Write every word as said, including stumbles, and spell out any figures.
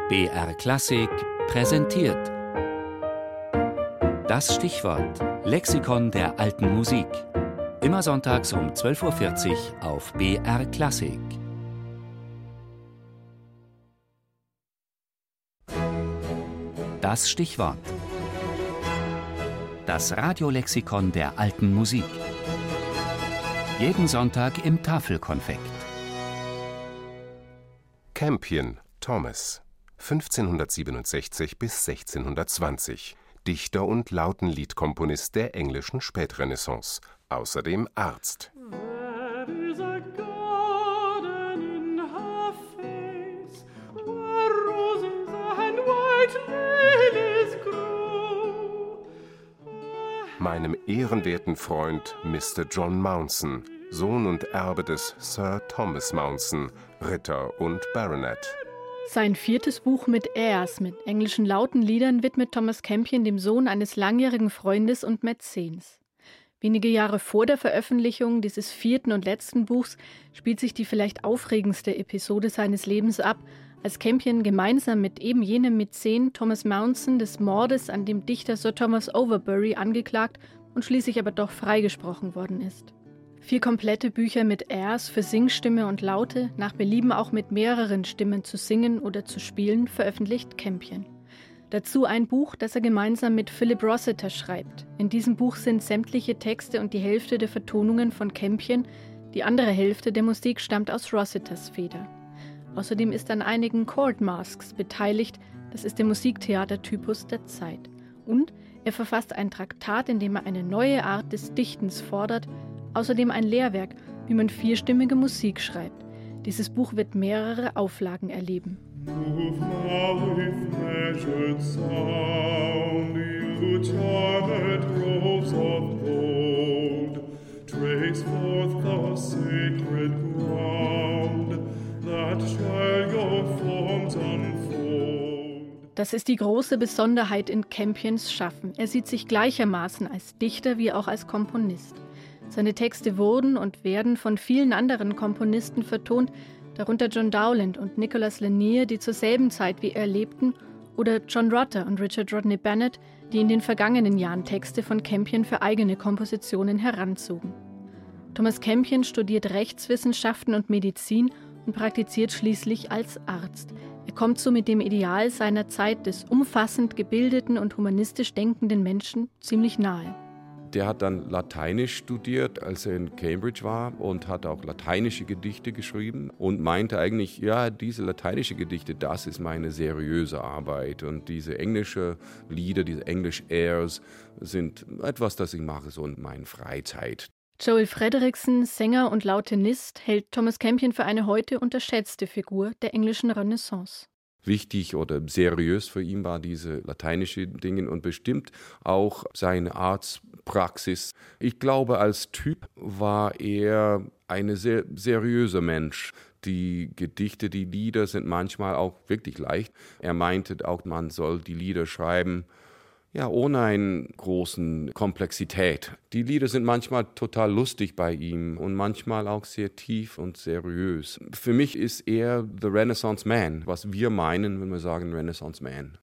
B R Klassik präsentiert das Stichwort Lexikon der alten Musik. Immer sonntags um zwölf Uhr vierzig auf B R Klassik. Das Stichwort. Das Radiolexikon der alten Musik. Jeden Sonntag im Tafelkonfekt. Campion, Thomas, fünfzehnhundertsiebenundsechzig bis sechzehnhundertzwanzig, Dichter und Lautenliedkomponist der englischen Spätrenaissance, außerdem Arzt. Meinem ehrenwerten Freund Mister John Mounson, Sohn und Erbe des Sir Thomas Mounson, Ritter und Baronet. Sein viertes Buch mit Airs, mit englischen Lautenliedern, widmet Thomas Campion dem Sohn eines langjährigen Freundes und Mäzens. Wenige Jahre vor der Veröffentlichung dieses vierten und letzten Buchs spielt sich die vielleicht aufregendste Episode seines Lebens ab, als Campion gemeinsam mit eben jenem Mäzen Thomas Mounson des Mordes an dem Dichter Sir Thomas Overbury angeklagt und schließlich aber doch freigesprochen worden ist. Vier komplette Bücher mit Airs für Singstimme und Laute, nach Belieben auch mit mehreren Stimmen zu singen oder zu spielen, veröffentlicht Campion. Dazu ein Buch, das er gemeinsam mit Philip Rossiter schreibt. In diesem Buch sind sämtliche Texte und die Hälfte der Vertonungen von Campion, die andere Hälfte der Musik stammt aus Rossiters Feder. Außerdem ist an einigen Chord Masks beteiligt, das ist der Musiktheatertypus der Zeit. Und er verfasst ein Traktat, in dem er eine neue Art des Dichtens fordert, außerdem ein Lehrwerk, wie man vierstimmige Musik schreibt. Dieses Buch wird mehrere Auflagen erleben. Move now with measured sound, you charmed groves of gold, trace forth the sacred ground, that shall your forms unfold. Das ist die große Besonderheit in Campions Schaffen. Er sieht sich gleichermaßen als Dichter wie auch als Komponist. Seine Texte wurden und werden von vielen anderen Komponisten vertont, darunter John Dowland und Nicholas Lanier, die zur selben Zeit wie er lebten, oder John Rutter und Richard Rodney Bennett, die in den vergangenen Jahren Texte von Campion für eigene Kompositionen heranzogen. Thomas Campion studiert Rechtswissenschaften und Medizin und praktiziert schließlich als Arzt. Er kommt so mit dem Ideal seiner Zeit des umfassend gebildeten und humanistisch denkenden Menschen ziemlich nahe. Der hat dann Lateinisch studiert, als er in Cambridge war, und hat auch lateinische Gedichte geschrieben und meinte eigentlich, ja, diese lateinische Gedichte, das ist meine seriöse Arbeit, und diese englische Lieder, diese English Airs sind etwas, das ich mache so in meiner Freizeit. Joel Fredrickson, Sänger und Lautenist, hält Thomas Campion für eine heute unterschätzte Figur der englischen Renaissance. Wichtig oder seriös für ihn war diese lateinische Dinge und bestimmt auch seine Arztpraxis. Ich glaube, als Typ war er ein sehr seriöser Mensch. Die Gedichte, die Lieder sind manchmal auch wirklich leicht. Er meinte auch, man soll die Lieder schreiben, ja, ohne eine große Komplexität. Die Lieder sind manchmal total lustig bei ihm und manchmal auch sehr tief und seriös. Für mich ist er the Renaissance Man, was wir meinen, wenn wir sagen Renaissance Man.